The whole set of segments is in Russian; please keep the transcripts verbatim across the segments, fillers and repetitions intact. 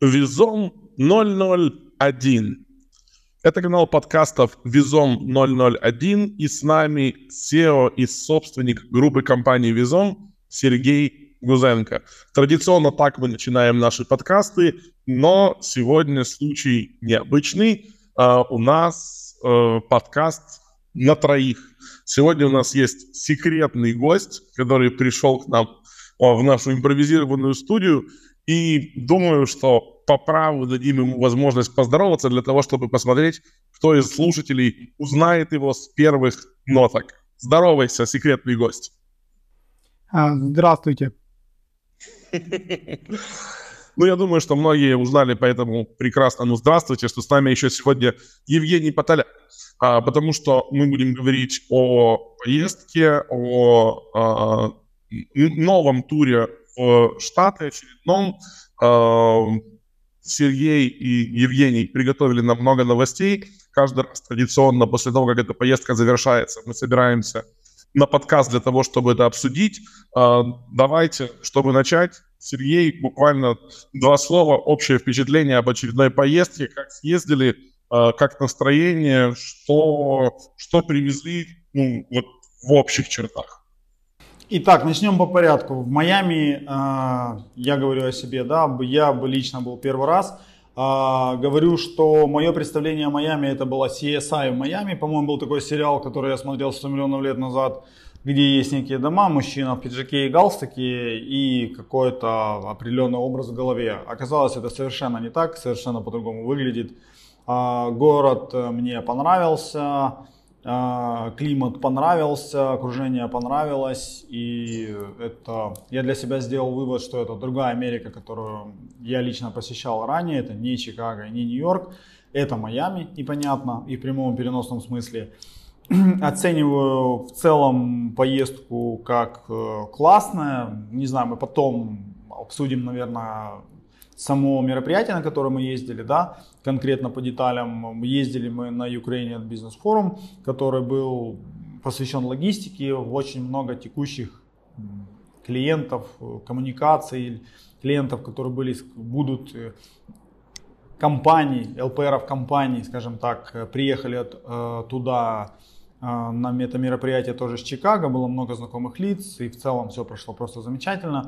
Визом ноль ноль один. Это канал подкастов Визом ноль ноль один, и с нами си и о и собственник группы компании Визом Сергей Гузенко. Традиционно так мы начинаем наши подкасты, но сегодня случай необычный. Uh, у нас uh, подкаст на троих. Сегодня у нас есть секретный гость, который пришел к нам uh, в нашу импровизированную студию, и думаю, что по праву дадим ему возможность поздороваться для того, чтобы посмотреть, кто из слушателей узнает его с первых ноток. Здоровайся, секретный гость. Здравствуйте. Ну, я думаю, что многие узнали, поэтому прекрасно. Ну, здравствуйте, что с нами еще сегодня Евгений Потоляк, а, потому что мы будем говорить о поездке, о а, новом туре в Штаты, очередном. А, Сергей и Евгений приготовили нам много новостей. Каждый раз традиционно после того, как эта поездка завершается, мы собираемся на подкаст для того, чтобы это обсудить. А, давайте, чтобы начать, Сергей, буквально два слова, общее впечатление об очередной поездке, как съездили, как настроение, что, что привезли, ну, вот в общих чертах. Итак, начнем по порядку. В Майами, э, я говорю о себе, да, я бы лично был первый раз. Э, говорю, что мое представление о Майами, это было си эс ай в Майами. По-моему, был такой сериал, который я смотрел сто миллионов лет назад, где есть некие дома, мужчина в пиджаке и галстуке и какой-то определенный образ в голове. Оказалось, это совершенно не так, совершенно по-другому выглядит. Город мне понравился, климат понравился, окружение понравилось. И это, я для себя сделал вывод, что это другая Америка, которую я лично посещал ранее. Это не Чикаго, не Нью-Йорк, это Майами, и понятно, и в прямом и переносном смысле. Оцениваю в целом поездку как классная. Не знаю, мы потом обсудим, наверное, само мероприятие, на которое мы ездили, да, конкретно по деталям. Ездили мы на Ukrainian Business Forum, который был посвящен логистике, очень много текущих клиентов, коммуникаций, клиентов, которые были, будут компаний, эл пи ар-ов компаний, скажем так, приехали от, туда. На это мероприятие тоже с Чикаго, было много знакомых лиц, и в целом все прошло просто замечательно.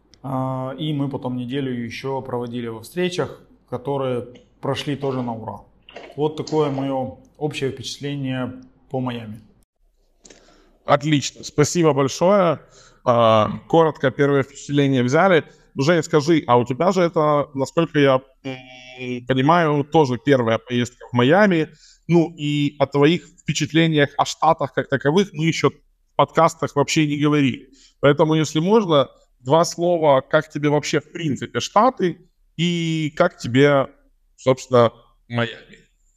И мы потом неделю еще проводили во встречах, которые прошли тоже на ура. Вот такое мое общее впечатление по Майами. Отлично, спасибо большое. Коротко первое впечатление взяли. Уже скажи, а у тебя же это, насколько я понимаю, тоже первая поездка в Майами. Ну и о твоих впечатлениях о Штатах как таковых мы еще в подкастах вообще не говорили. Поэтому, если можно, два слова, как тебе вообще в принципе Штаты и как тебе, собственно, Майами.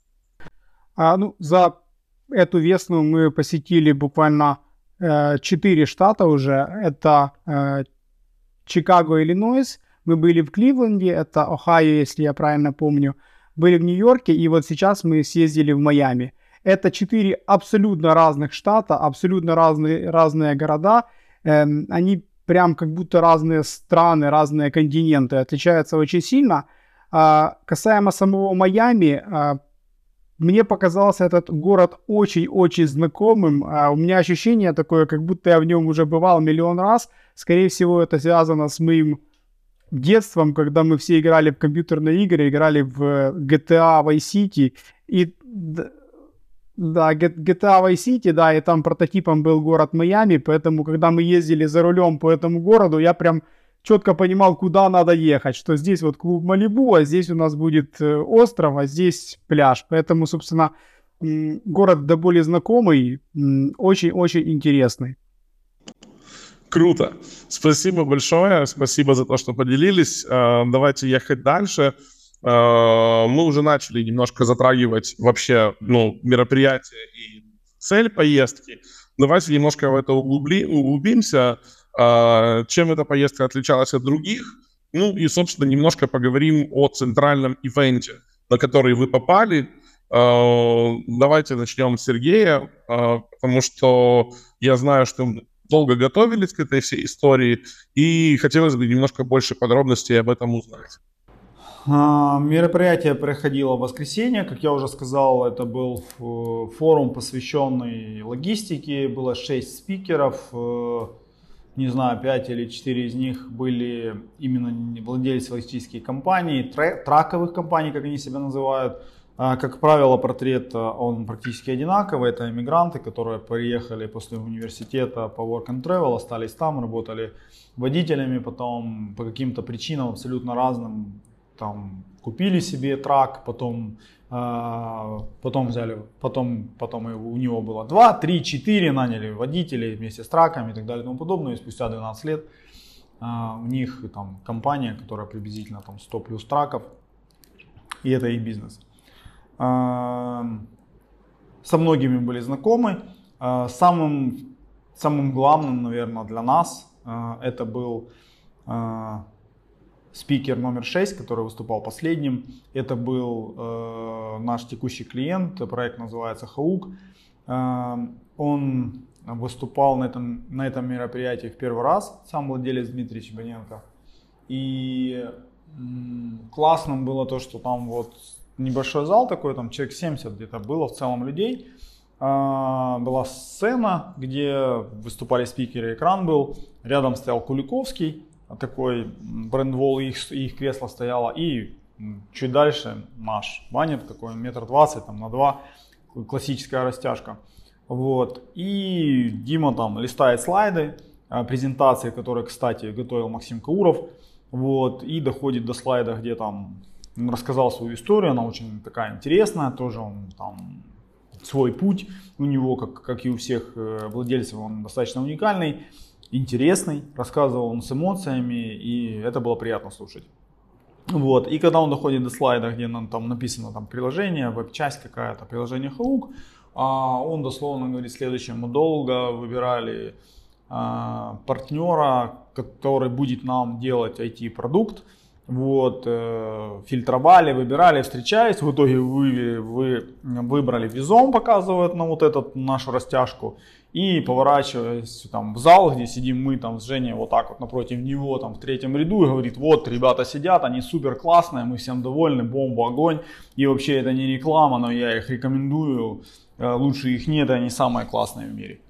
А, ну, за эту весну мы посетили буквально э, четыре штата уже. Это э, Чикаго, Иллинойс. Мы были в Кливленде, это Ohio, если я правильно помню. Были в Нью-Йорке, и вот сейчас мы съездили в Майами. Это четыре абсолютно разных штата, абсолютно разные, разные города. Эм, они прям как будто разные страны, разные континенты, отличаются очень сильно. А, касаемо самого Майами, а, мне показался этот город очень-очень знакомым. А, у меня ощущение такое, как будто я в нем уже бывал миллион раз. Скорее всего, это связано с моим детством, когда мы все играли в компьютерные игры, играли в джи ти эй Vice City, и да, джи ти эй Vice City, да, и там прототипом был город Майами, поэтому, когда мы ездили за рулем по этому городу, я прям четко понимал, куда надо ехать, что здесь вот клуб Малибу, а здесь у нас будет остров, а здесь пляж, поэтому, собственно, город до боли знакомый, очень-очень интересный. Круто. Спасибо большое. Спасибо за то, что поделились. Давайте ехать дальше. Мы уже начали немножко затрагивать вообще, ну, мероприятие и цель поездки. Давайте немножко в это углубли, углубимся. Чем эта поездка отличалась от других? Ну и, собственно, немножко поговорим о центральном ивенте, на который вы попали. Давайте начнем с Сергея, потому что я знаю, что долго готовились к этой всей истории, и хотелось бы немножко больше подробностей об этом узнать. Мероприятие проходило в воскресенье, как я уже сказал, это был форум, посвященный логистике, было шесть спикеров, не знаю, пять или четыре из них были именно владельцы логистических компаний, траковых компаний, как они себя называют. Как правило, портрет он практически одинаковый, это иммигранты, которые приехали после университета по work and travel, остались там, работали водителями, потом по каким-то причинам абсолютно разным там купили себе трак, потом, э, потом взяли, потом, потом у него было два, три, четыре, наняли водителей вместе с траками и так далее и тому подобное. И спустя двенадцать лет э, у них там компания, которая приблизительно там сто плюс траков, и это их бизнес. Э, со многими были знакомы. Э, самым, самым главным, наверное, для нас э, это был э, спикер номер шесть, который выступал последним. Это был э, наш текущий клиент, проект называется Хаук. Э, он выступал на этом, на этом мероприятии в первый раз, сам владелец Дмитрий Чебаненко. И м, классным было то, что там вот небольшой зал такой, там человек семьдесят где-то было в целом людей. Э, была сцена, где выступали спикеры, экран был, рядом стоял Куликовский. Такой брендвол, их, их кресло стояло, и чуть дальше наш Ванет, такой метр двадцать там на два, классическая растяжка. Вот. И Дима там листает слайды, презентации, которые, кстати, готовил Максим Кауров. Вот. И доходит до слайда, где там он рассказал свою историю, она очень такая интересная, тоже он там свой путь у него, как, как и у всех владельцев, он достаточно уникальный. Интересный, рассказывал он с эмоциями, и это было приятно слушать. Вот. И когда он доходит до слайда, где там написано там, приложение, веб-часть какая-то, приложение Хаук, он дословно говорит следующее: мы долго выбирали партнера, который будет нам делать ай ти-продукт, вот, фильтровали, выбирали, встречались, в итоге вы, вы выбрали Визом, показывает нам вот эту нашу растяжку. И поворачиваясь там в зал, где сидим мы там с Женей вот так вот напротив него там в третьем ряду, и говорит: вот ребята сидят, они супер классные, мы всем довольны, бомба, огонь. И вообще это не реклама, но я их рекомендую, лучше их нет, они самые классные в мире.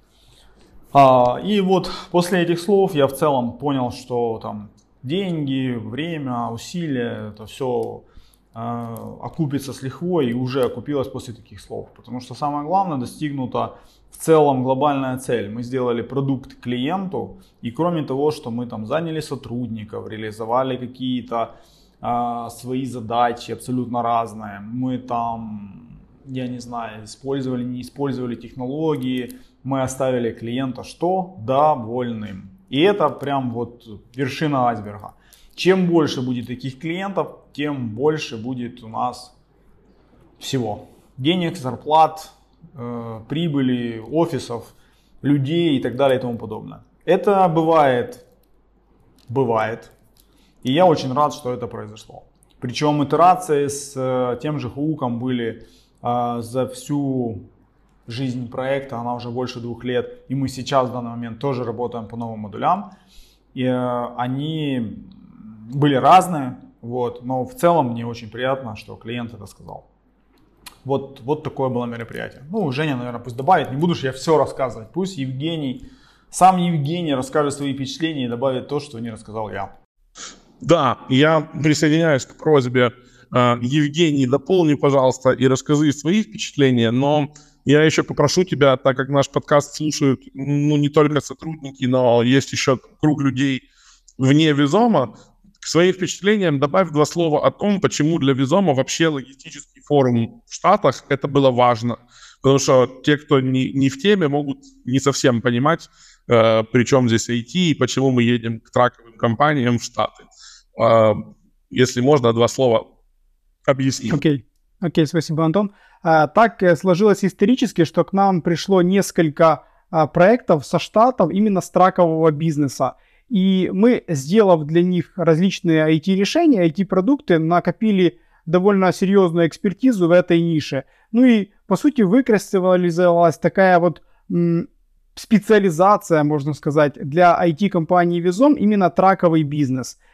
А, и вот после этих слов я в целом понял, что там деньги, время, усилия, это все э, окупится с лихвой, и уже окупилось после таких слов. Потому что самое главное, достигнута в целом глобальная цель. Мы сделали продукт клиенту, и кроме того, что мы там заняли сотрудников, реализовали какие-то э, свои задачи абсолютно разные, мы там, я не знаю, использовали, не использовали технологии, мы оставили клиента что? Довольным. И это прям вот вершина айсберга. Чем больше будет таких клиентов, тем больше будет у нас всего. Денег, зарплат, э, прибыли, офисов, людей и так далее и тому подобное. Это бывает, бывает. И я очень рад, что это произошло. Причем итерации с э, тем же Хауком были э, за всю жизнь проекта, она уже больше двух лет, и мы сейчас в данный момент тоже работаем по новым модулям. И э, они были разные, вот, но в целом мне очень приятно, что клиент это сказал. Вот, вот такое было мероприятие. Ну, Женя, наверное, пусть добавит, не буду же я все рассказывать. Пусть Евгений, сам Евгений расскажет свои впечатления и добавит то, что не рассказал я. Да, я присоединяюсь к просьбе э, Евгений, дополни, пожалуйста, и расскажи свои впечатления, но я еще попрошу тебя, так как наш подкаст слушают ну, не только сотрудники, но есть еще круг людей вне Визома, к своим впечатлениям добавь два слова о том, почему для Визома вообще логистический форум в Штатах это было важно. Потому что те, кто не, не в теме, могут не совсем понимать, э, при чем здесь ай ти и почему мы едем к траковым компаниям в Штаты. Э, если можно, два слова объяснить. Окей, okay. okay, спасибо, Антон. А, так сложилось исторически, что к нам пришло несколько а, проектов со Штатов именно с тракового бизнеса. И мы, сделав для них различные ай ти-решения, ай ти-продукты, накопили довольно серьезную экспертизу в этой нише. Ну и, по сути, выкристаллизовалась такая вот м, специализация, можно сказать, для ай ти-компании Визом, именно траковый бизнес.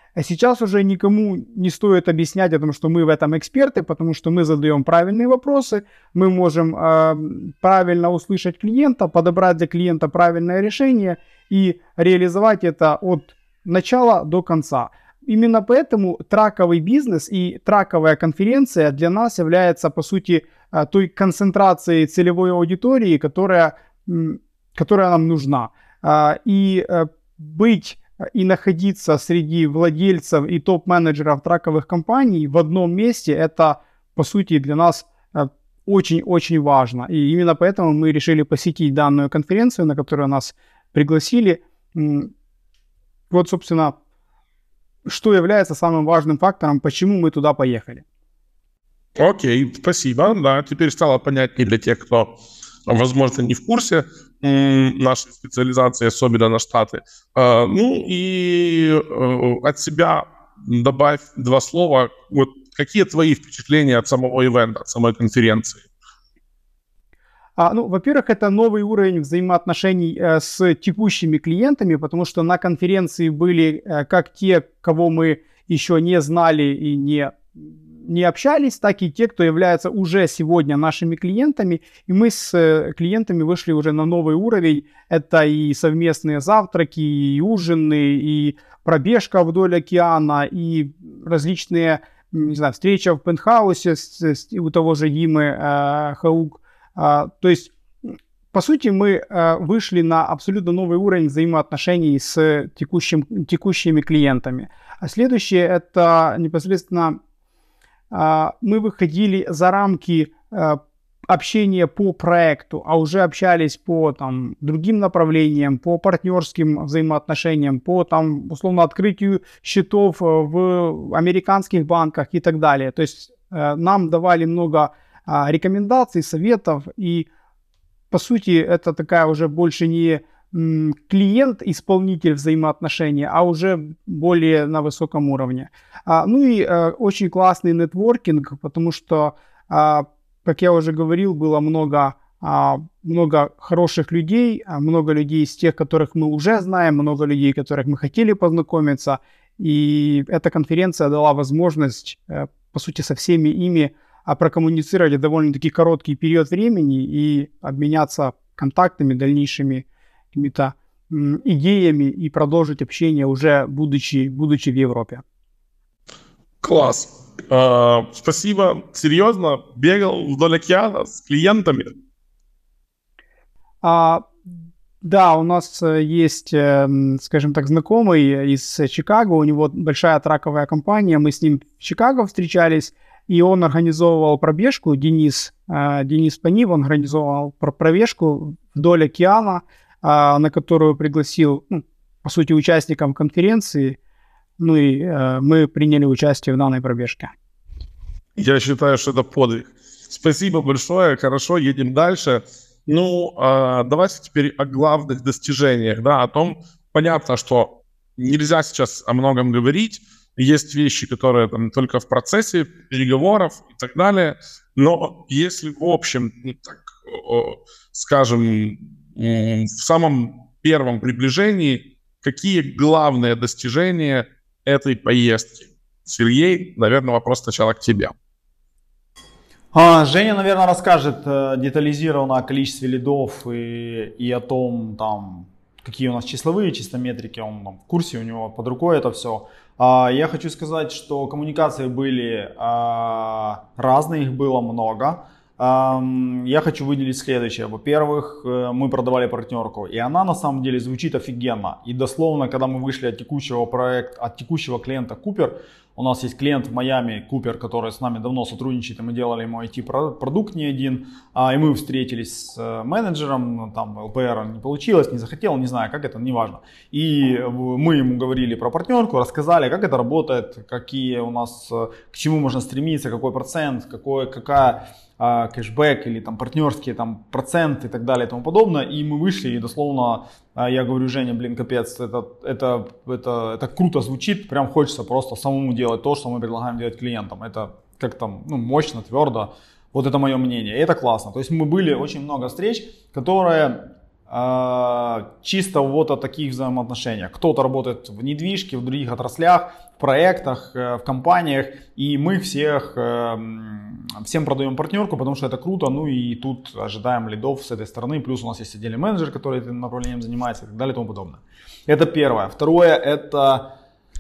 сейчас уже никому не стоит объяснять о том, что мы в этом эксперты, потому что мы задаем правильные вопросы, мы можем э, правильно услышать клиента, подобрать для клиента правильное решение и реализовать это от начала до конца. Именно поэтому траковый бизнес и траковая конференция для нас является, по сути, той концентрацией целевой аудитории, которая, которая нам нужна. И быть и находиться среди владельцев и топ-менеджеров траковых компаний в одном месте, это, по сути, для нас очень-очень важно. И именно поэтому мы решили посетить данную конференцию, на которую нас пригласили. Вот, собственно, что является самым важным фактором, почему мы туда поехали. Окей, спасибо. Да, теперь стало понятнее для тех, кто, возможно, не в курсе нашей специализации, особенно на Штаты. Ну и от себя добавь два слова. Вот какие твои впечатления от самого ивента, от самой конференции? А, ну, во-первых, это новый уровень взаимоотношений э, с текущими клиентами, потому что на конференции были э, как те, кого мы еще не знали и не, не общались, так и те, кто является уже сегодня нашими клиентами. И мы с э, клиентами вышли уже на новый уровень. Это и совместные завтраки, и ужины, и пробежка вдоль океана, и различные, не знаю, встречи в пентхаусе с, с, у того же Димы э, Хаук. Uh, то есть, по сути, мы uh, вышли на абсолютно новый уровень взаимоотношений с текущим, текущими клиентами. А следующее – это непосредственно uh, мы выходили за рамки uh, общения по проекту, а уже общались по там, другим направлениям, по партнерским взаимоотношениям, по там, условно открытию счетов в американских банках и так далее. То есть uh, нам давали много рекомендаций, советов, и по сути это такая уже больше не клиент-исполнитель взаимоотношений, а уже более на высоком уровне. А, ну и а, очень классный нетворкинг, потому что, а, как я уже говорил, было много, а, много хороших людей, а, много людей из тех, которых мы уже знаем, много людей, которых мы хотели познакомиться, и эта конференция дала возможность, а, по сути, со всеми ими а прокоммуницировать довольно-таки короткий период времени и обменяться контактами, дальнейшими какими-то м, идеями и продолжить общение уже будучи, будучи в Европе. Класс. А, спасибо. Серьезно? Бегал вдоль океана с клиентами? А, да, у нас есть, скажем так, знакомый из Чикаго, у него большая траковая компания, мы с ним в Чикаго встречались. И он организовывал пробежку, Денис, э, Денис Панив, он организовал пробежку вдоль океана, э, на которую пригласил, ну, по сути, участников конференции. Ну и э, мы приняли участие в данной пробежке. Я считаю, что это подвиг. Спасибо большое, хорошо, едем дальше. Ну, э, давайте теперь о главных достижениях, да, о том, понятно, что нельзя сейчас о многом говорить, есть вещи, которые там только в процессе переговоров и так далее. Но если в общем, ну, так, скажем, в самом первом приближении, какие главные достижения этой поездки? Сергей, наверное, вопрос сначала к тебе. А, Женя, наверное, расскажет э, детализированно о количестве лидов и, и о том, там, какие у нас числовые, чисто метрики, он там, в курсе, у него под рукой это все. А, я хочу сказать, что коммуникации были а, разные, их было много. А, я хочу выделить следующее. Во-первых, мы продавали партнерку, и она на самом деле звучит офигенно. И дословно, когда мы вышли от текущего проекта, от текущего клиента Купер, у нас есть клиент в Майами, Купер, который с нами давно сотрудничает, и мы делали ему ай ти-продукт не один. И мы встретились с менеджером, там эл пи эр не получилось, не захотел, не знаю, как это, неважно. И мы ему говорили про партнерку, рассказали, как это работает, какие у нас, к чему можно стремиться, какой процент, какой, какая кэшбэк или там партнерские там проценты и так далее и тому подобное. И мы вышли, и дословно я говорю: Женя, блин, капец, это, это, это, это круто звучит, прям хочется просто самому делать то, что мы предлагаем делать клиентам. Это как-то, ну, мощно, твердо. Вот это мое мнение, и это классно. То есть мы были очень много встреч, которые э, чисто вот о таких взаимоотношениях. Кто-то работает в недвижке, в других отраслях, в проектах, э, в компаниях, и мы всех, э, всем продаем партнерку, потому что это круто, ну и тут ожидаем лидов с этой стороны, плюс у нас есть отдельный менеджер, который этим направлением занимается и так далее и тому подобное. Это первое. Второе, это...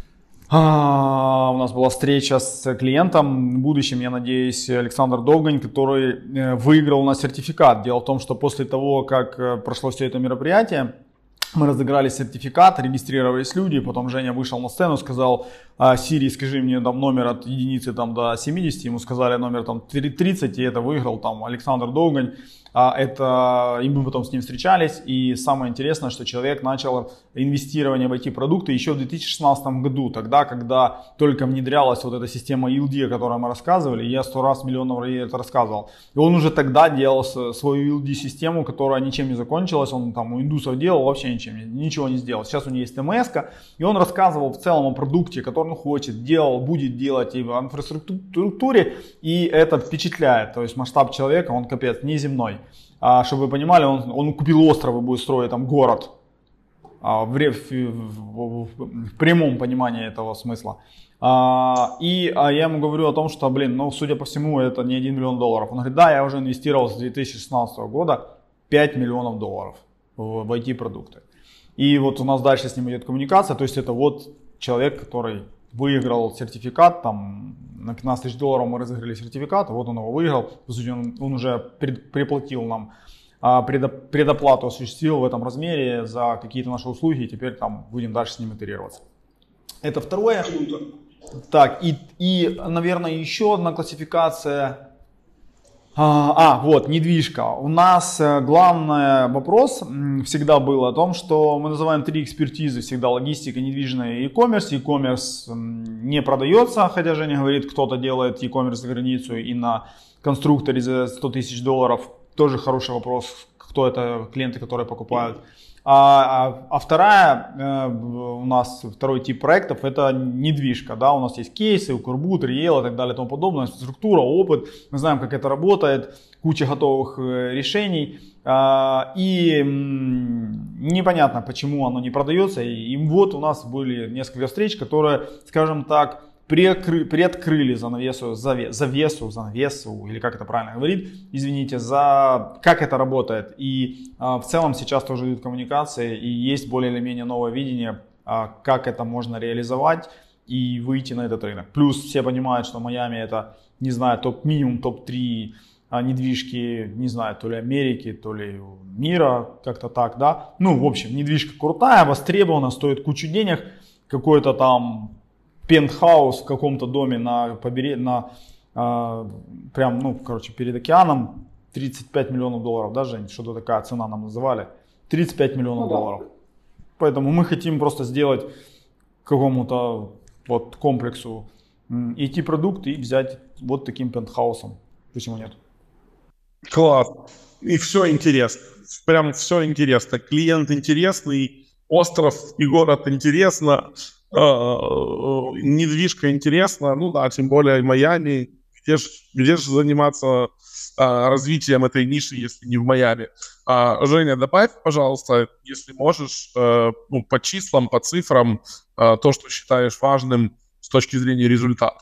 А, у нас была встреча с клиентом, в будущем, я надеюсь, Александр Довгань, который выиграл у нас сертификат. Дело в том, что после того, как прошло все это мероприятие, мы разыграли сертификат, регистрировались люди, потом Женя вышел на сцену, сказал: Сири, скажи мне там номер от единицы там, до семидесяти, ему сказали номер там тридцать, и это выиграл там Александр Довгань. А это, и мы потом с ним встречались, и самое интересное, что человек начал инвестирование в ай ти-продукты еще в две тысячи шестнадцатом году, тогда, когда только внедрялась вот эта система ил ди, о которой мы рассказывали, и я сто раз, миллионов раз это рассказывал. И он уже тогда делал свою ил ди-систему, которая ничем не закончилась, он там у индусов делал, вообще ничем, ничего не сделал. Сейчас у него есть эм эс-ка, и он рассказывал в целом о продукте, который он хочет, делал, будет делать и в инфраструктуре, и это впечатляет, то есть масштаб человека, он капец, неземной. А, чтобы вы понимали, он, он купил остров и будет строить там город, а, в, в, в, в прямом понимании этого смысла. А, и а я ему говорю о том, что, блин, ну, судя по всему, это не один миллион долларов. Он говорит: да, я уже инвестировал с две тысячи шестнадцатого года пять миллионов долларов в, в ай ти-продукты. И вот у нас дальше с ним идет коммуникация, то есть это вот человек, который выиграл сертификат, там на пятнадцать тысяч долларов мы разыграли сертификат, вот он его выиграл, по сути он, он уже пред, приплатил нам, а, предоп, предоплату осуществил в этом размере за какие-то наши услуги, и теперь там будем дальше с ним итерироваться. Это второе. Так, и, и наверное, еще одна классификация. А, а, вот, недвижка. У нас главный вопрос всегда был о том, что мы называем три экспертизы. Всегда логистика, недвижная и e-commerce. E-commerce не продается, хотя Женя говорит, кто-то делает e-commerce за границу и на конструкторе за сто тысяч долларов. Тоже хороший вопрос, кто это клиенты, которые покупают. А, а, а вторая, э, у нас второй тип проектов — это недвижка, да, у нас есть кейсы, Укрбуд, Риэл и так далее и тому подобное, структура, опыт, мы знаем, как это работает, куча готовых э, решений, э, и м, непонятно, почему оно не продается, и, и вот у нас были несколько встреч, которые, скажем так, Приоткры, приоткрыли занавесу, заве, завесу, занавесу, или как это правильно говорить, извините, за как это работает. И а, в целом сейчас тоже идут коммуникации, и есть более или менее новое видение, а, как это можно реализовать и выйти на этот рынок. Плюс все понимают, что Майами — это, не знаю, топ, минимум топ три а, недвижки, не знаю, то ли Америки, то ли мира, как-то так, да. Ну, в общем, недвижка крутая, востребована, стоит кучу денег, какой-то там пентхаус в каком-то доме на побере... на э, прям, ну, короче, перед океаном, тридцать пять миллионов долларов, да, Жень, что-то такая цена нам называли, тридцать пять миллионов ну, да. долларов. Поэтому мы хотим просто сделать какому-то вот комплексу ай ти-продукт и взять вот таким пентхаусом. Почему нет? Класс. И все интересно. Прям все интересно. Клиент интересный, остров и город интересно. Недвижка интересна, ну да, тем более Майами, где же где ж заниматься а, развитием этой ниши, если не в Майами. А, Женя, добавь, пожалуйста, если можешь, а, ну, по числам, по цифрам, а, то, что считаешь важным с точки зрения результата.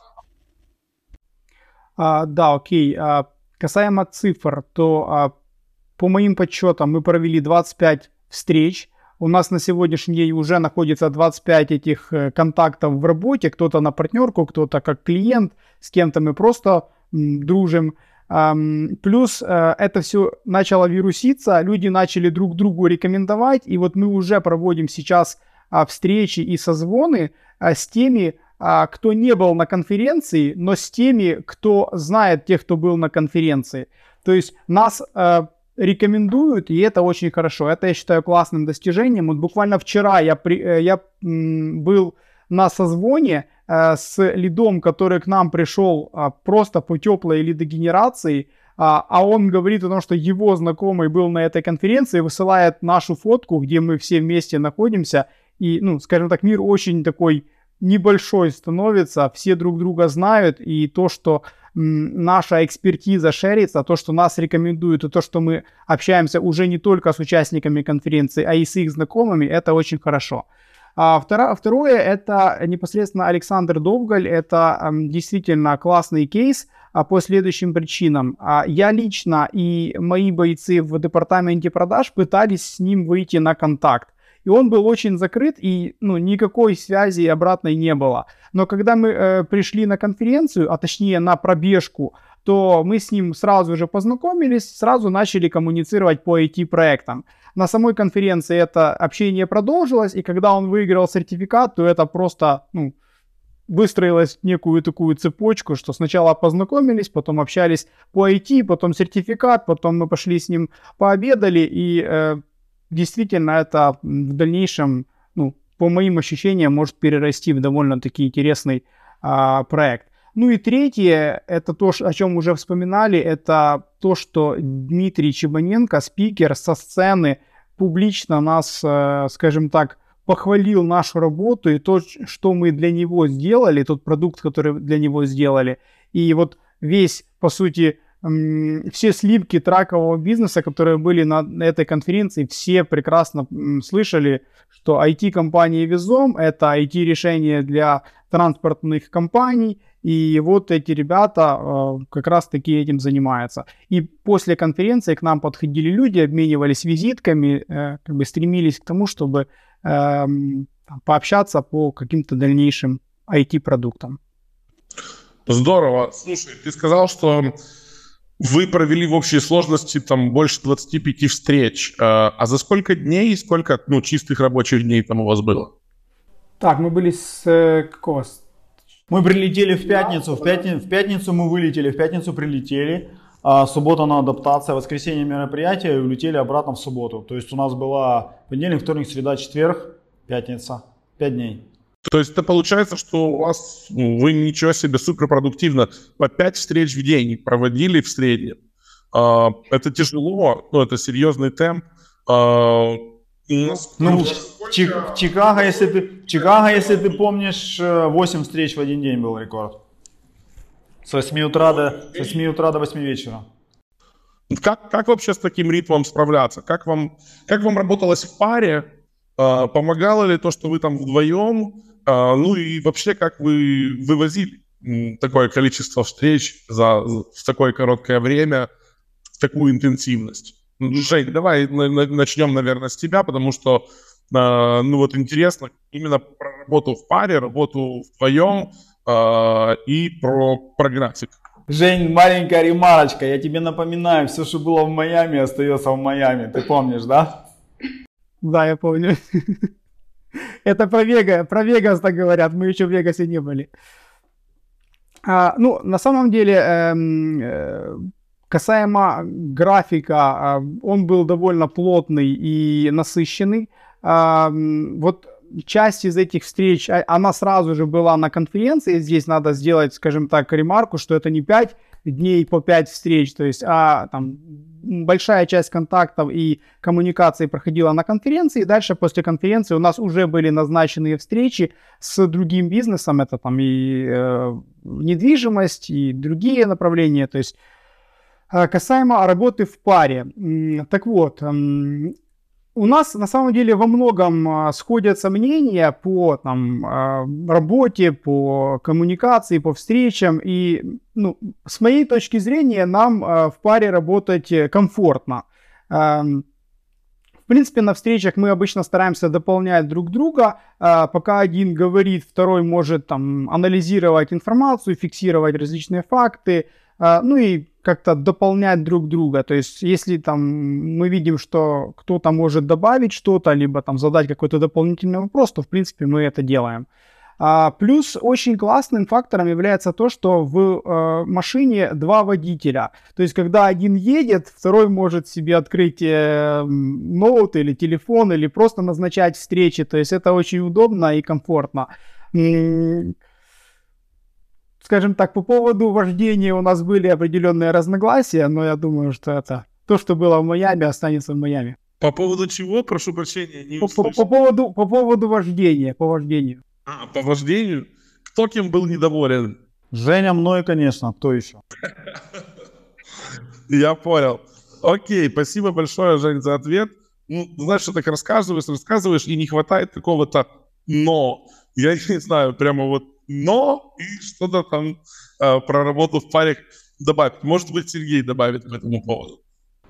А, да, окей. А, касаемо цифр, то а, по моим подсчетам мы провели двадцать пять встреч. У нас на сегодняшний день уже находится двадцать пять этих контактов в работе. Кто-то на партнерку, кто-то как клиент, с кем-то мы просто м, дружим. Эм, плюс э, это все начало вируситься, люди начали друг другу рекомендовать. И вот мы уже проводим сейчас а, встречи и созвоны а, с теми, а, кто не был на конференции, но с теми, кто знает тех, кто был на конференции. То есть нас... Э, рекомендуют, и это очень хорошо. Это я считаю классным достижением. Вот буквально вчера я, при, я м, был на созвоне э, с лидом, который к нам пришел э, просто по теплой лидогенерации, э, а он говорит о том, что его знакомый был на этой конференции, высылает нашу фотку, где мы все вместе находимся, и, ну, скажем так, мир очень такой небольшой становится, все друг друга знают, и то, что наша экспертиза шерится, то, что нас рекомендуют, и то, что мы общаемся уже не только с участниками конференции, а и с их знакомыми, это очень хорошо. А второе, второе, это непосредственно Александр Довгаль, это действительно классный кейс а, по следующим причинам. А, я лично и мои бойцы в департаменте продаж пытались с ним выйти на контакт. И он был очень закрыт, и ну, никакой связи обратной не было. Но когда мы э, пришли на конференцию, а точнее на пробежку, то мы с ним сразу же познакомились, сразу начали коммуницировать по ай ти-проектам. На самой конференции это общение продолжилось, и когда он выиграл сертификат, то это просто ну, выстроилось в некую такую цепочку, что сначала познакомились, потом общались по ай ти, потом сертификат, потом мы пошли с ним пообедали, и э, действительно это в дальнейшем, ну, по моим ощущениям, может перерасти в довольно-таки интересный а, проект. Ну и третье, это то, о чем уже вспоминали, это то, что Дмитрий Чебаненко, спикер со сцены, публично нас, скажем так, похвалил нашу работу и то, что мы для него сделали, тот продукт, который для него сделали. И вот весь, по сути, все сливки тракового бизнеса, которые были на этой конференции, все прекрасно слышали, что ай ти-компании Визом — это ай ти-решение для транспортных компаний, и вот эти ребята э, как раз-таки этим занимаются. И после конференции к нам подходили люди, обменивались визитками, э, как бы стремились к тому, чтобы э, пообщаться по каким-то дальнейшим ай ти-продуктам. Здорово. Слушай, ты сказал, что вы провели в общей сложности там больше двадцати пяти встреч. А за сколько дней и сколько ну, чистых рабочих дней там у вас было? Так, мы были с э, какого? Мы прилетели в пятницу, в пятницу, в пятницу мы вылетели, в пятницу прилетели, а суббота на адаптация, воскресенье мероприятие и улетели обратно в субботу. То есть у нас была понедельник, вторник, среда, четверг, пятница, пять дней. То есть это получается, что у вас, вы ничего себе суперпродуктивно, по пять встреч в день проводили в среднем. Это тяжело, но это серьезный темп. Ну, в, Чик- в Чикаго, если ты, в Чикаго, если ты помнишь, восемь встреч в один день был рекорд. С восьми утра до, с восьми утра до восьми вечера. Как, как вообще с таким ритмом справляться? Как вам, как вам работалось в паре? Помогало ли то, что вы там вдвоем? Ну и вообще, как вы вывозили такое количество встреч за, в такое короткое время, в такую интенсивность? Жень, давай начнем, наверное, с тебя, потому что, э, ну вот интересно именно про работу в паре, работу вдвоем э, и про, про график. Жень, маленькая ремарочка, я тебе напоминаю, все, что было в Майами, остается в Майами, ты помнишь, да? Да, я помню. Это про Вегас, про Вегас так говорят, мы еще в Вегасе не были. А, ну, на самом деле... Эм, э, Касаемо графика, он был довольно плотный и насыщенный. Вот часть из этих встреч, она сразу же была на конференции. Здесь надо сделать, скажем так, ремарку, что это не пять дней по пять встреч, то есть, а там большая часть контактов и коммуникаций проходила на конференции. Дальше после конференции у нас уже были назначенные встречи с другим бизнесом. Это там и э, недвижимость, и другие направления, то есть касаемо работы в паре. Так вот, у нас на самом деле во многом сходятся мнения по там, работе, по коммуникации, по встречам. И ну, с моей точки зрения нам в паре работать комфортно. В принципе, на встречах мы обычно стараемся дополнять друг друга. Пока один говорит, второй может там, анализировать информацию, фиксировать различные факты. Ну и как-то дополнять друг друга. То есть, если там мы видим, что кто-то может добавить что-то, либо там задать какой-то дополнительный вопрос, то в принципе мы это делаем. А, плюс очень классным фактором является то, что в э, машине два водителя. То есть, когда один едет, второй может себе открыть э, ноут или телефон, или просто назначать встречи. То есть, это очень удобно и комфортно. Скажем так, по поводу вождения у нас были определенные разногласия, но я думаю, что это то, что было в Майами, останется в Майами. По поводу чего? Прошу прощения, не по, по, по, поводу, по поводу вождения, по вождению. А, по вождению? Кто кем был недоволен? Женя, мной, конечно, кто еще? Я понял. Окей, спасибо большое, Жень, за ответ. Ну, знаешь, что так рассказываешь, рассказываешь, и не хватает какого-то «но». Я не знаю, прямо вот «но» и что-то там э, про работу в паре добавить. Может быть, Сергей добавит по этому поводу.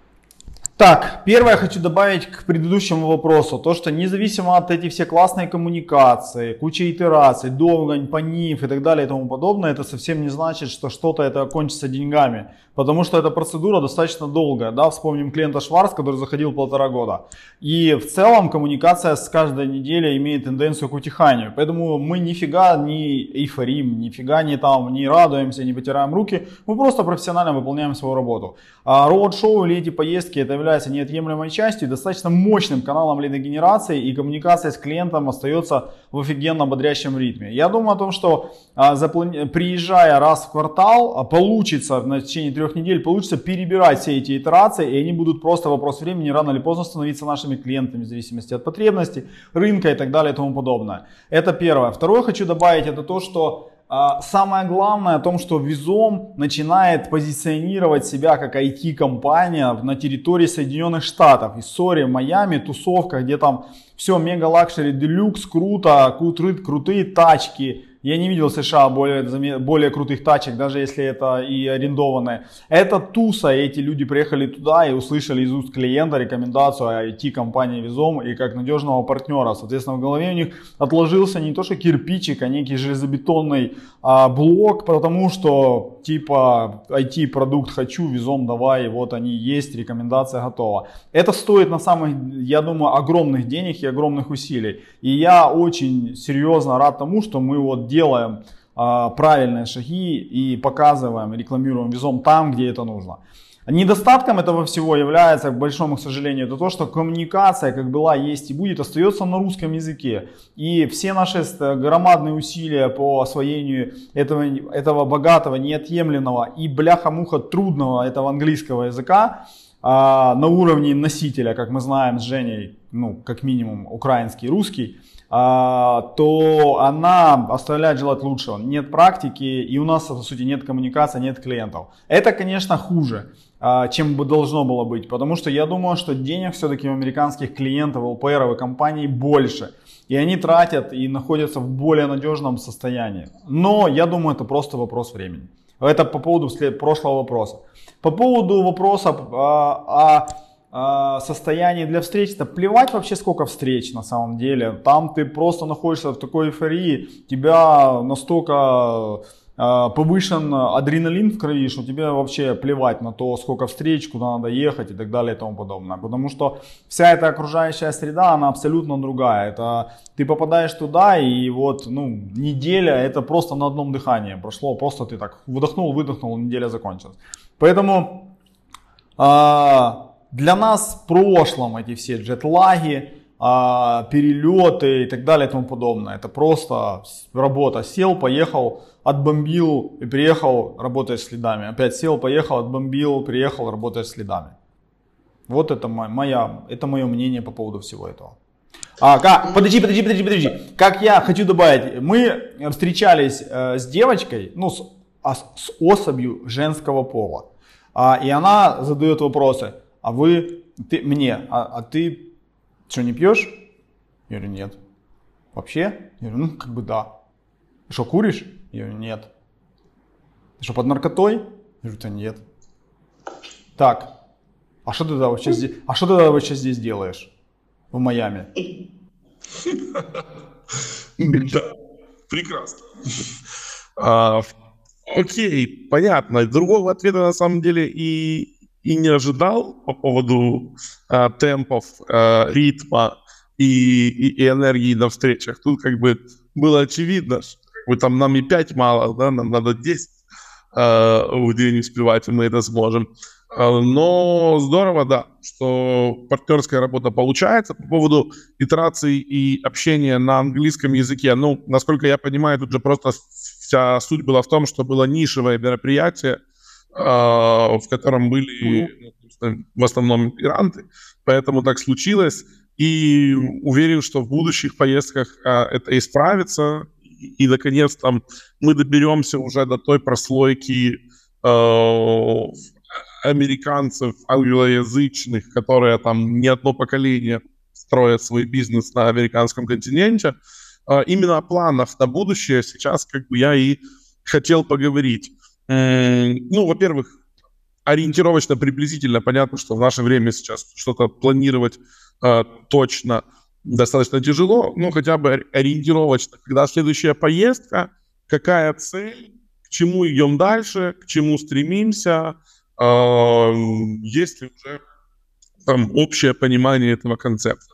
Так, первое хочу добавить к предыдущему вопросу, то что независимо от этих все классные коммуникации, куча итераций, долгонь, паниф и так далее и тому подобное, это совсем не значит, что что-то это окончится деньгами, потому что эта процедура достаточно долгая, да, вспомним клиента Шварц, который заходил полтора года, и в целом коммуникация с каждой неделей имеет тенденцию к утиханию, поэтому мы нифига не эйфорим, нифига не там, не радуемся, не потираем руки, мы просто профессионально выполняем свою работу. А роуд-шоу или эти поездки, это является является неотъемлемой частью и достаточно мощным каналом лидогенерации, и коммуникация с клиентом остается в офигенно бодрящем ритме. Я думаю о том, что а, заплани... приезжая раз в квартал, а, получится в течение трех недель, получится перебирать все эти итерации, и они будут просто вопрос времени, рано или поздно становиться нашими клиентами в зависимости от потребностей, рынка и так далее и тому подобное. Это первое. Второе хочу добавить, это то, что самое главное о том, что Визом начинает позиционировать себя как ай ти-компания на территории Соединенных Штатов. И сори, Майами, тусовка, где там все мега-лакшери, делюкс, круто, крутые, крутые тачки. Я не видел в США более, более крутых тачек, даже если это и арендованные. Это туса, и эти люди приехали туда и услышали из уст клиента рекомендацию ай ти-компании Визом и как надежного партнера. Соответственно, в голове у них отложился не то что кирпичик, а некий железобетонный а, блок, потому что типа ай ти-продукт хочу, Визом давай, вот они есть, рекомендация готова. Это стоит на самых, я думаю, огромных денег и огромных усилий. И я очень серьезно рад тому, что мы вот делаем а, правильные шаги и показываем, рекламируем Визом там, где это нужно. Недостатком этого всего является, к большому к сожалению, это то, что коммуникация, как была, есть и будет, остается на русском языке. И все наши громадные усилия по освоению этого, этого богатого, неотъемлемого и бляха-муха трудного этого английского языка а, на уровне носителя, как мы знаем с Женей, ну, как минимум украинский, русский, а, то она оставляет желать лучшего. Нет практики, и у нас, по сути, нет коммуникации, нет клиентов. Это, конечно, хуже, а, чем бы должно было быть, потому что я думаю, что денег все-таки у американских клиентов, эл пи эр и компаний больше. И они тратят и находятся в более надежном состоянии. Но я думаю, это просто вопрос времени. Это по поводу прошлого вопроса. По поводу вопроса о... состояние для встреч, да плевать вообще сколько встреч на самом деле, там ты просто находишься в такой эйфории, тебя настолько э, повышен адреналин в крови, что тебе вообще плевать на то, сколько встреч, куда надо ехать и так далее и тому подобное, потому что вся эта окружающая среда, она абсолютно другая, это ты попадаешь туда и вот, ну, неделя, это просто на одном дыхании прошло, просто ты так вдохнул, выдохнул, неделя закончилась, поэтому э, для нас в прошлом эти все джетлаги, перелеты и так далее и тому подобное. Это просто работа. Сел, поехал, отбомбил и приехал, работаешь следами. Опять сел, поехал, отбомбил, приехал, работаешь следами. Вот это моя, это мое мнение по поводу всего этого. А, как, подожди, подожди, подожди, подожди. Как я хочу добавить, мы встречались э, с девочкой, ну, с, а, с особью женского пола. А, и она задает вопросы. А вы, ты, мне, а, а ты что, не пьешь? Я говорю, нет. Вообще? Я говорю, ну, как бы да. Ты что, куришь? Я говорю, нет. Ты что, под наркотой? Я говорю, да нет. Так, а что ты тогда вообще здесь, а что ты тогда вообще здесь делаешь? В Майами? Да, прекрасно. Окей, понятно. Другого ответа на самом деле и... и не ожидал по поводу э, темпов, э, ритма и, и, и энергии на встречах. Тут как бы было очевидно, что как бы, там нам и пять мало, да, нам надо десять э, в день успевать, и мы это сможем. Э, но здорово, да, что партнерская работа получается. По поводу итераций и общения на английском языке, ну, насколько я понимаю, тут же просто вся суть была в том, что было нишевое мероприятие, в котором были ну, в основном мигранты, поэтому так случилось. И уверен, что в будущих поездках это исправится. и, и наконец-то мы доберемся уже до той прослойки э, американцев англоязычных, которые там не одно поколение строят свой бизнес на американском континенте. Э, именно о планах на будущее сейчас как бы я и хотел поговорить. Э, ну, во-первых, ориентировочно, приблизительно понятно, что в наше время сейчас что-то планировать э, точно достаточно тяжело, но хотя бы ориентировочно, когда следующая поездка, какая цель, к чему идем дальше, к чему стремимся, э, есть ли уже там общее понимание этого концепта.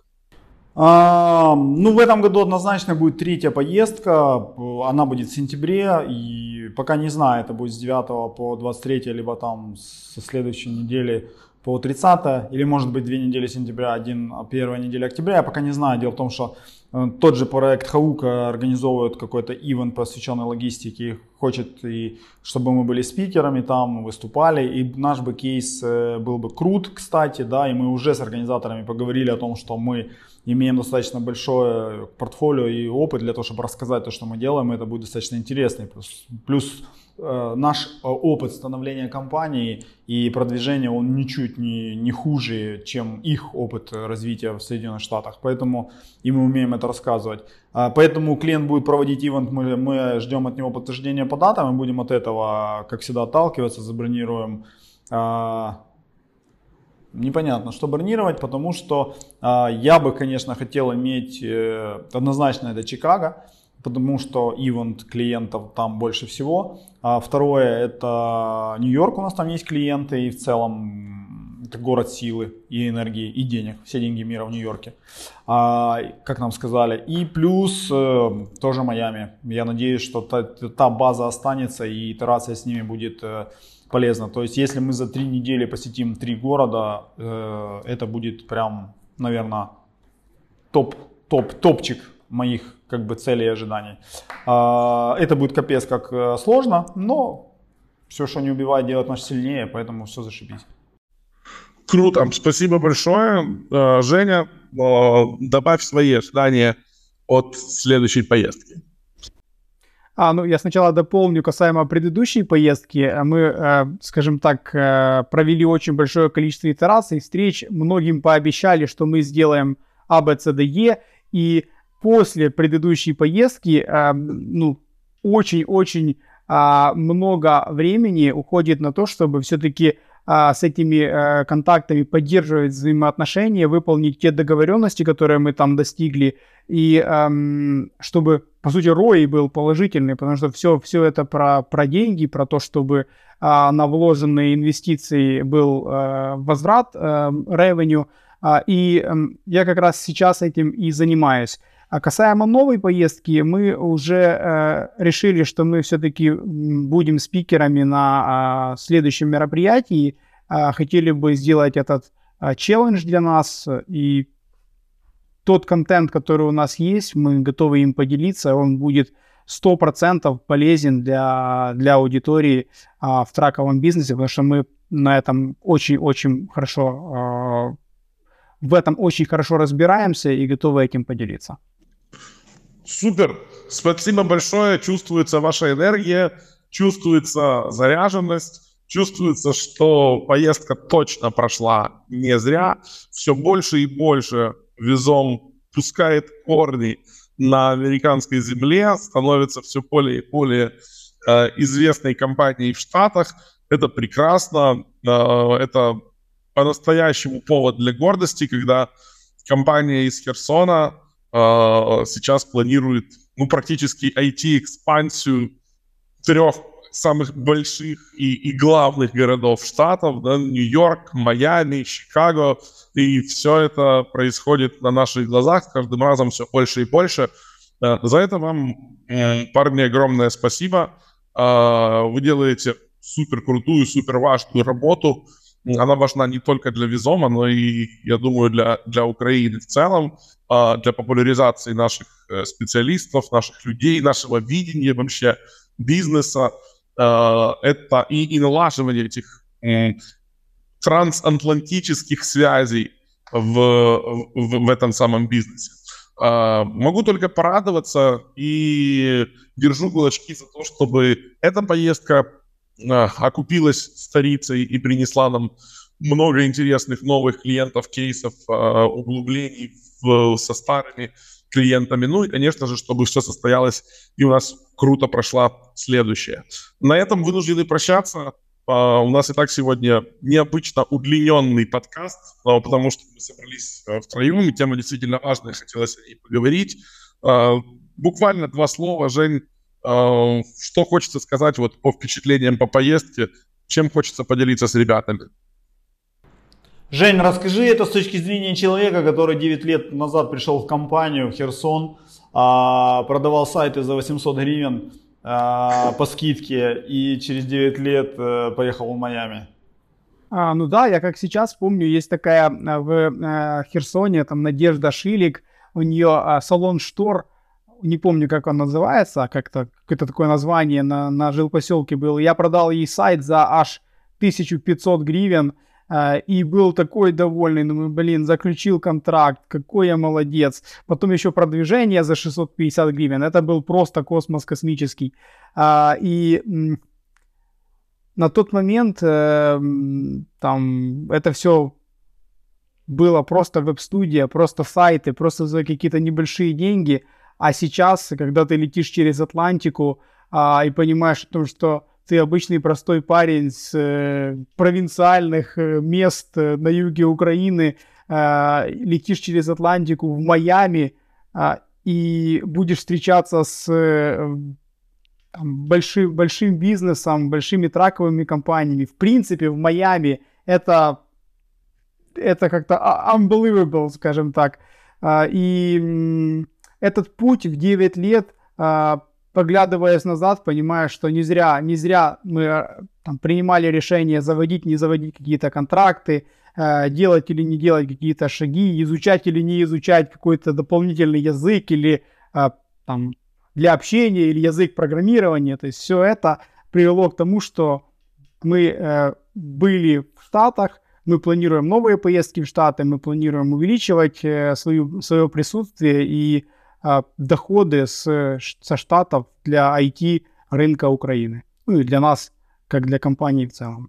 А, ну, в этом году однозначно будет третья поездка, она будет в сентябре, и пока не знаю, это будет с девятого по двадцать третье, либо там со следующей недели по тридцатое, или может быть две недели сентября, один, первая неделя октября, я пока не знаю. Дело в том, что э, тот же проект Хаука организовывает какой-то ивент, посвященный логистике, хочет, и чтобы мы были спикерами там, выступали, и наш бы кейс э, был бы крут, кстати, да, и мы уже с организаторами поговорили о том, что мы имеем достаточно большое портфолио и опыт для того, чтобы рассказать то, что мы делаем, и это будет достаточно интересно. Плюс, плюс э, наш опыт становления компании и продвижения, он ничуть не, не хуже, чем их опыт развития в Соединенных Штатах. Поэтому и мы умеем это рассказывать. А, поэтому клиент будет проводить ивент, мы, мы ждем от него подтверждения по датам, и будем от этого, как всегда, отталкиваться, забронируем. А, Непонятно, что бронировать, потому что э, я бы, конечно, хотел иметь э, однозначно это Чикаго, потому что ивент клиентов там больше всего. А второе, это Нью-Йорк, у нас там есть клиенты, и в целом это город силы и энергии, и денег, все деньги мира в Нью-Йорке, а, как нам сказали. И плюс э, тоже Майами. Я надеюсь, что та, та база останется и итерация с ними будет э, полезно. То есть, если мы за три недели посетим три города, э, это будет прям, наверное, топ, топ, топчик моих как бы целей и ожиданий. Э, это будет капец как э, сложно, но все, что не убивает, делает нас сильнее, поэтому все зашибись. Круто, спасибо большое. Э, Женя, э, добавь свои ожидания от следующей поездки. А, ну, я сначала дополню касаемо предыдущей поездки. Мы, э, скажем так, э, провели очень большое количество итераций, встреч. Многим пообещали, что мы сделаем А, Б, С, Д, Е. И после предыдущей поездки, э, ну, очень-очень э, много времени уходит на то, чтобы все-таки э, с этими э, контактами поддерживать взаимоотношения, выполнить те договоренности, которые мы там достигли. И эм, чтобы, по сути, рой был положительный, потому что все, все это про, про деньги, про то, чтобы э, на вложенные инвестиции был э, возврат, э, revenue. Э, и э, я как раз сейчас этим и занимаюсь. А касаемо новой поездки, мы уже э, решили, что мы все-таки будем спикерами на э, следующем мероприятии. Э, хотели бы сделать этот э, челлендж для нас, и тот контент, который у нас есть, мы готовы им поделиться, он будет сто процентов полезен для, для аудитории а, в траковом бизнесе, потому что мы на этом очень-очень хорошо, а, в этом очень хорошо разбираемся и готовы этим поделиться. Супер, спасибо большое, чувствуется ваша энергия, чувствуется заряженность, чувствуется, что поездка точно прошла не зря, все больше и больше Визом пускает корни на американской земле, становится все более и более э, известной компанией в Штатах. Это прекрасно, э, это по-настоящему повод для гордости, когда компания из Херсона э, сейчас планирует ну, практически ай ти-экспансию трех самых больших и, и главных городов штатов, да, Нью-Йорк, Майами, Чикаго, и все это происходит на наших глазах, с каждым разом все больше и больше. За это вам, парни, огромное спасибо. Вы делаете супер крутую, супер важную работу. Она важна не только для Визома, но и, я думаю, для, для Украины в целом, для популяризации наших специалистов, наших людей, нашего видения вообще бизнеса. Это и, и налаживание этих трансатлантических связей в, в, в этом самом бизнесе. Могу только порадоваться и держу кулачки за то, чтобы эта поездка окупилась старицей и принесла нам много интересных новых клиентов, кейсов, углублений в, со старыми клиентами. Ну и, конечно же, чтобы все состоялось и у нас круто прошла следующая. На этом вынуждены прощаться. Uh, у нас и так сегодня необычно удлиненный подкаст, uh, потому что мы собрались uh, втроем, и тема действительно важная, хотелось о ней поговорить. Uh, буквально два слова, Жень, uh, что хочется сказать вот по впечатлениям по поездке, чем хочется поделиться с ребятами? Жень, расскажи это с точки зрения человека, который девять лет назад пришел в компанию, в Херсон, uh, продавал сайты за восемьсот гривен, по скидке и через девять лет э, поехал в Майами. А, ну да, я как сейчас помню, есть такая в э, Херсоне, там Надежда Шилик, у нее э, салон штор, не помню, как он называется, как-то какое-то такое название на, на жилпоселке было. Я продал ей сайт за аж тысячу пятьсот гривен, Uh, и был такой довольный, ну, блин, заключил контракт, какой я молодец. Потом еще продвижение за шестьсот пятьдесят гривен, это был просто космос космический. Uh, и м, на тот момент э, там это все было просто веб-студия, просто сайты, просто за какие-то небольшие деньги. А сейчас, когда ты летишь через Атлантику uh, и понимаешь о том, что ты обычный простой парень с э, провинциальных э, мест э, на юге Украины, э, летишь через Атлантику в Майами э, и будешь встречаться с э, там, большим, большим бизнесом, большими траковыми компаниями. В принципе, в Майами это, это как-то unbelievable, скажем так. Э, и э, этот путь в девять лет, э, поглядываясь назад, понимаешь, что не зря, не зря мы там принимали решение заводить, не заводить какие-то контракты, э, делать или не делать какие-то шаги, изучать или не изучать какой-то дополнительный язык или э, там для общения или язык программирования. То есть все это привело к тому, что мы э, были в Штатах, мы планируем новые поездки в Штаты, мы планируем увеличивать э, свою, свое присутствие и доходы с, со Штатов для ай ти рынка Украины. Ну и для нас, как для компании в целом.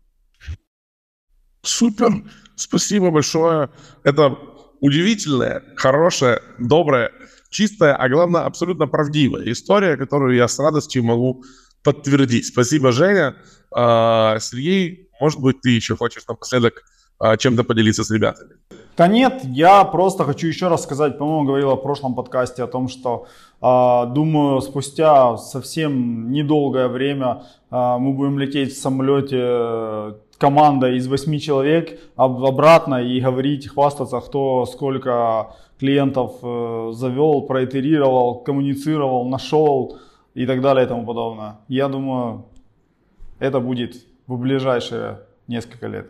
Супер! Спасибо большое. Это удивительная, хорошая, добрая, чистая, а главное, абсолютно правдивая история, которую я с радостью могу подтвердить. Спасибо, Женя. Сергей, может быть, ты еще хочешь напоследок чем-то поделиться с ребятами? Да нет, я просто хочу еще раз сказать, по-моему, говорил в прошлом подкасте о том, что э, думаю, спустя совсем недолгое время э, мы будем лететь в самолете э, командой из восьми человек об, обратно и говорить, хвастаться, кто сколько клиентов э, завел, проитерировал, коммуницировал, нашел и так далее и тому подобное. Я думаю, это будет в ближайшие несколько лет.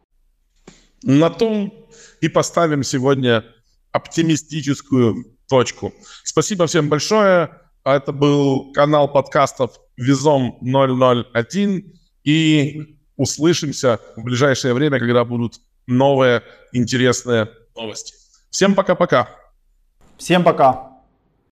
На том и поставим сегодня оптимистическую точку. Спасибо всем большое. Это был канал подкастов Визом ноль ноль один. И услышимся в ближайшее время, когда будут новые интересные новости. Всем пока-пока. Всем пока.